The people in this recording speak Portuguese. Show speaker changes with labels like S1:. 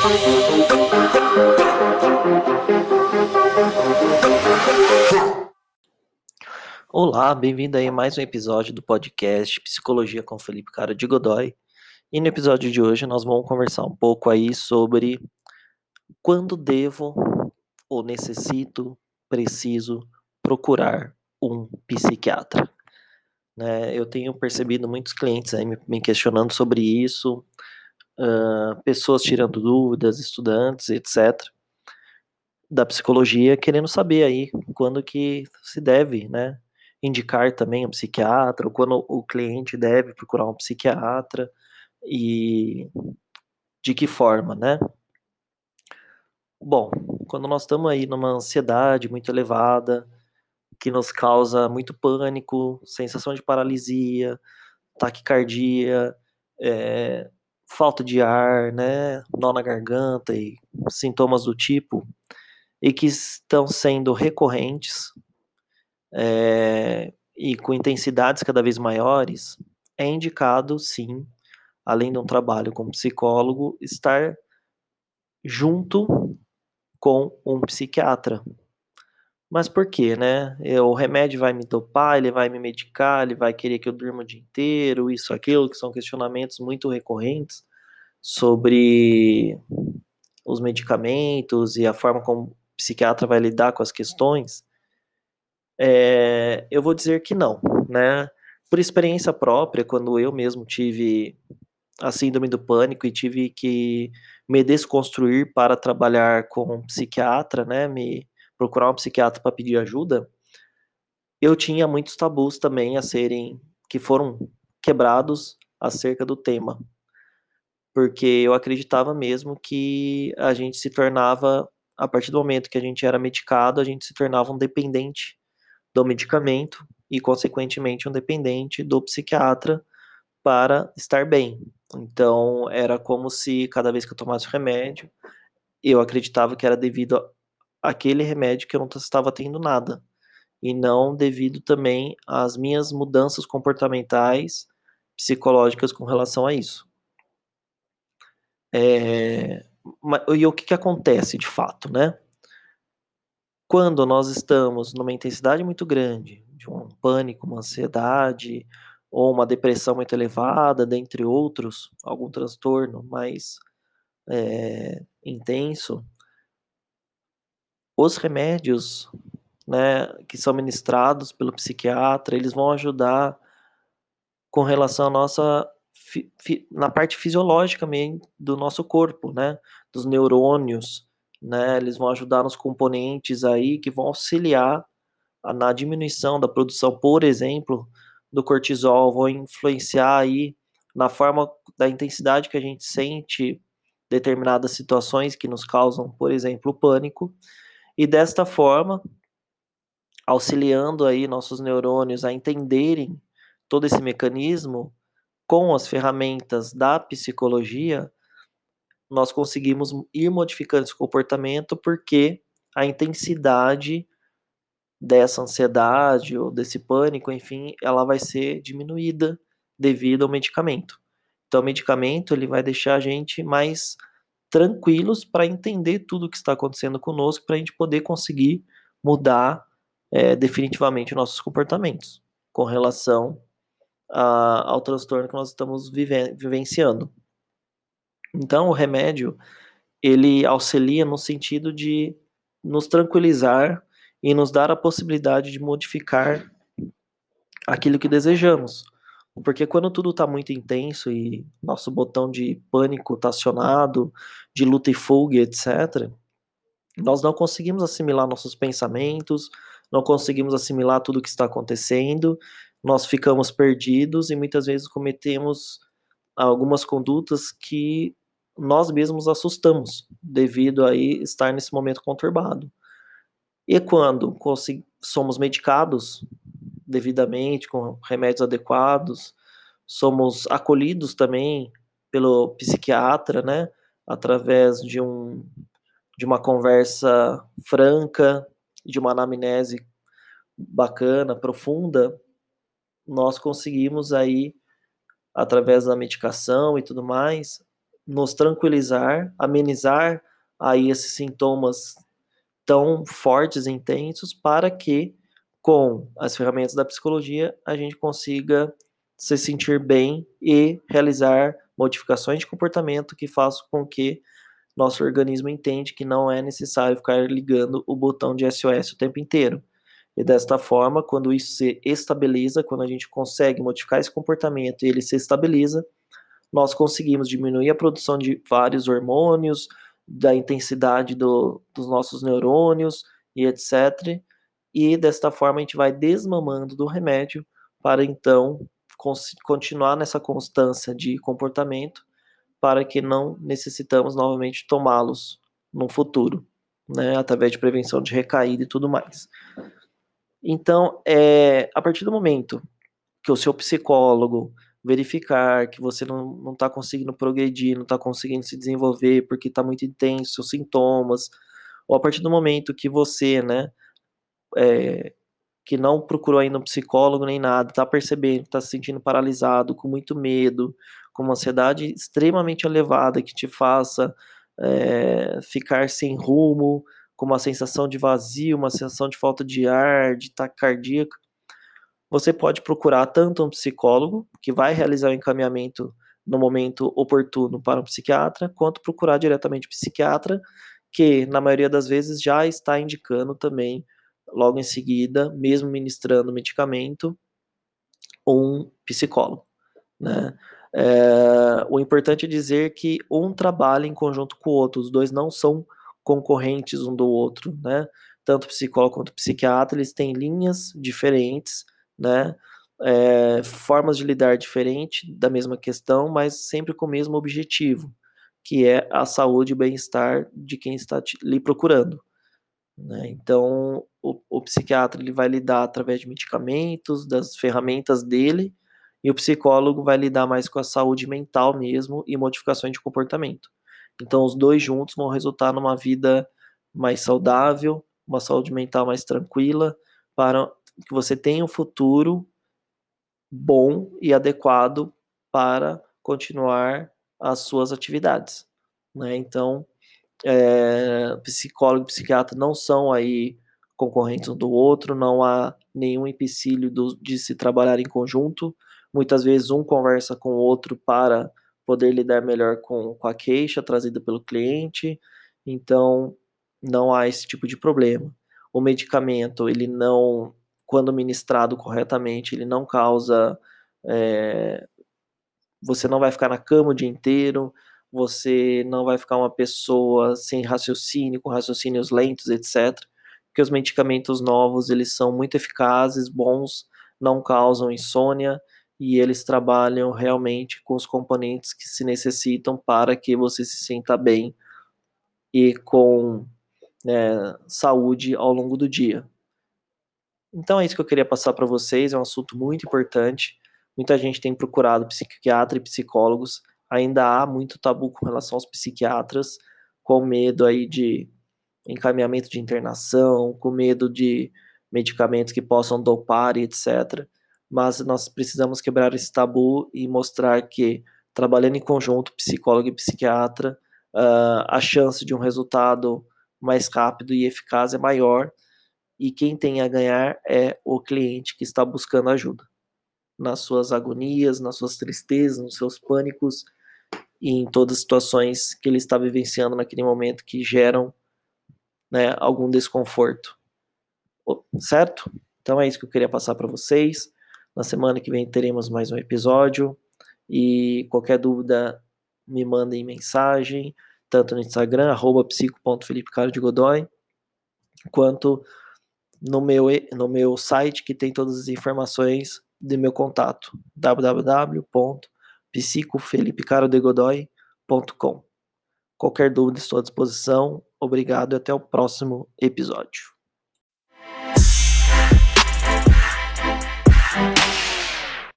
S1: Olá, bem-vindo aí a mais um episódio do podcast Psicologia com Felipe Cara de Godoy. E no episódio de hoje nós vamos conversar um pouco aí sobre quando devo ou necessito, preciso procurar um psiquiatra. Né? Eu tenho percebido muitos clientes aí me questionando sobre isso, pessoas tirando dúvidas, estudantes, etc., da psicologia, querendo saber aí quando que se deve, né, indicar também um psiquiatra, ou quando o cliente deve procurar um psiquiatra e de que forma, né? Bom, quando nós estamos aí numa ansiedade muito elevada, que nos causa muito pânico, sensação de paralisia, taquicardia, é, falta de ar, né, nó na garganta e sintomas do tipo, e que estão sendo recorrentes, e com intensidades cada vez maiores, é indicado, sim, além de um trabalho com psicólogo, estar junto com um psiquiatra. Mas por quê, né? O remédio vai me dopar, ele vai me medicar, ele vai querer que eu durma o dia inteiro, isso, aquilo, que são questionamentos muito recorrentes sobre os medicamentos e a forma como o psiquiatra vai lidar com as questões. Eu vou dizer que não, né? Por experiência própria, quando eu mesmo tive a síndrome do pânico e tive que me desconstruir para trabalhar com um psiquiatra, né? Me procurar um psiquiatra para pedir ajuda, eu tinha muitos tabus também que foram quebrados acerca do tema, porque eu acreditava mesmo que a gente se tornava, a partir do momento que a gente era medicado, a gente se tornava um dependente do medicamento e, consequentemente, um dependente do psiquiatra para estar bem. Então, era como se cada vez que eu tomasse o remédio, eu acreditava que era devido àquele remédio que eu não estava tendo nada, e não devido também às minhas mudanças comportamentais, psicológicas com relação a isso. E o que acontece de fato, né? Quando nós estamos numa intensidade muito grande, de um pânico, uma ansiedade, ou uma depressão muito elevada, dentre outros, algum transtorno mais intenso, os remédios, né, que são ministrados pelo psiquiatra, eles vão ajudar com relação à nossa na parte fisiológica mesmo do nosso corpo, né, dos neurônios, né, eles vão ajudar nos componentes aí que vão auxiliar na diminuição da produção, por exemplo, do cortisol, vão influenciar aí na forma da intensidade que a gente sente determinadas situações que nos causam, por exemplo, o pânico, e desta forma, auxiliando aí nossos neurônios a entenderem todo esse mecanismo, com as ferramentas da psicologia, nós conseguimos ir modificando esse comportamento porque a intensidade dessa ansiedade ou desse pânico, enfim, ela vai ser diminuída devido ao medicamento. Então, o medicamento ele vai deixar a gente mais tranquilos para entender tudo o que está acontecendo conosco, para a gente poder conseguir mudar definitivamente nossos comportamentos com relação ao transtorno que nós estamos vivenciando. Então, o remédio ele auxilia no sentido de nos tranquilizar e nos dar a possibilidade de modificar aquilo que desejamos. Porque quando tudo está muito intenso e nosso botão de pânico está acionado, de luta e fuga, etc., nós não conseguimos assimilar nossos pensamentos, não conseguimos assimilar tudo o que está acontecendo, nós ficamos perdidos e muitas vezes cometemos algumas condutas que nós mesmos assustamos devido a estar nesse momento conturbado. E quando somos medicados devidamente, com remédios adequados, somos acolhidos também pelo psiquiatra, né, através de uma conversa franca, de uma anamnese bacana, profunda, nós conseguimos aí, através da medicação e tudo mais, nos tranquilizar, amenizar aí esses sintomas tão fortes e intensos, para que, com as ferramentas da psicologia, a gente consiga se sentir bem e realizar modificações de comportamento que façam com que nosso organismo entende que não é necessário ficar ligando o botão de SOS o tempo inteiro. E desta forma, quando isso se estabiliza, quando a gente consegue modificar esse comportamento e ele se estabiliza, nós conseguimos diminuir a produção de vários hormônios, da intensidade dos nossos neurônios e etc. E desta forma a gente vai desmamando do remédio para então continuar nessa constância de comportamento, para que não necessitamos novamente tomá-los no futuro, né, através de prevenção de recaída e tudo mais. Então, a partir do momento que o seu psicólogo verificar que você não está conseguindo progredir, não está conseguindo se desenvolver porque está muito intenso seus sintomas, ou a partir do momento que você, né, que não procurou ainda um psicólogo nem nada, está percebendo que está se sentindo paralisado, com muito medo, com uma ansiedade extremamente elevada que te faça ficar sem rumo, com uma sensação de vazio, uma sensação de falta de ar, de taquicardia, você pode procurar tanto um psicólogo, que vai realizar o encaminhamento no momento oportuno para um psiquiatra, quanto procurar diretamente o psiquiatra, que na maioria das vezes já está indicando também, logo em seguida, mesmo ministrando medicamento, um psicólogo, né. O importante é dizer que um trabalha em conjunto com o outro, os dois não são concorrentes um do outro, né. Tanto o psicólogo quanto o psiquiatra, eles têm linhas diferentes, né, formas de lidar diferente da mesma questão, mas sempre com o mesmo objetivo, que é a saúde e o bem-estar de quem está lhe procurando, né. Então, o psiquiatra ele vai lidar através de medicamentos, das ferramentas dele, e o psicólogo vai lidar mais com a saúde mental mesmo e modificações de comportamento. Então os 2 juntos vão resultar numa vida mais saudável, uma saúde mental mais tranquila, para que você tenha um futuro bom e adequado para continuar as suas atividades, né. Então, psicólogo e psiquiatra não são aí concorrentes um do outro, não há nenhum empecilho de se trabalhar em conjunto. Muitas vezes um conversa com o outro para poder lidar melhor com a queixa trazida pelo cliente, então não há esse tipo de problema. O medicamento, ele não, quando ministrado corretamente, ele não causa, eh, você não vai ficar na cama o dia inteiro, você não vai ficar uma pessoa sem raciocínio, com raciocínios lentos, etc. Porque os medicamentos novos, eles são muito eficazes, bons, não causam insônia e eles trabalham realmente com os componentes que se necessitam para que você se sinta bem e com, saúde ao longo do dia. Então é isso que eu queria passar para vocês, é um assunto muito importante. Muita gente tem procurado psiquiatra e psicólogos, ainda há muito tabu com relação aos psiquiatras, com medo aí de encaminhamento de internação, com medo de medicamentos que possam dopar e etc. Mas nós precisamos quebrar esse tabu e mostrar que, trabalhando em conjunto, psicólogo e psiquiatra, a chance de um resultado mais rápido e eficaz é maior, e quem tem a ganhar é o cliente que está buscando ajuda, nas suas agonias, nas suas tristezas, nos seus pânicos e em todas as situações que ele está vivenciando naquele momento que geram, né, algum desconforto, certo? Então é isso que eu queria passar para vocês. Na semana que vem teremos mais um episódio e qualquer dúvida me mandem mensagem, tanto no Instagram, @psico.felipecarodegodoy, quanto no meu site, que tem todas as informações de meu contato, www.psicofelipecarodegodoy.com. Qualquer dúvida estou à disposição. Obrigado e até o próximo episódio.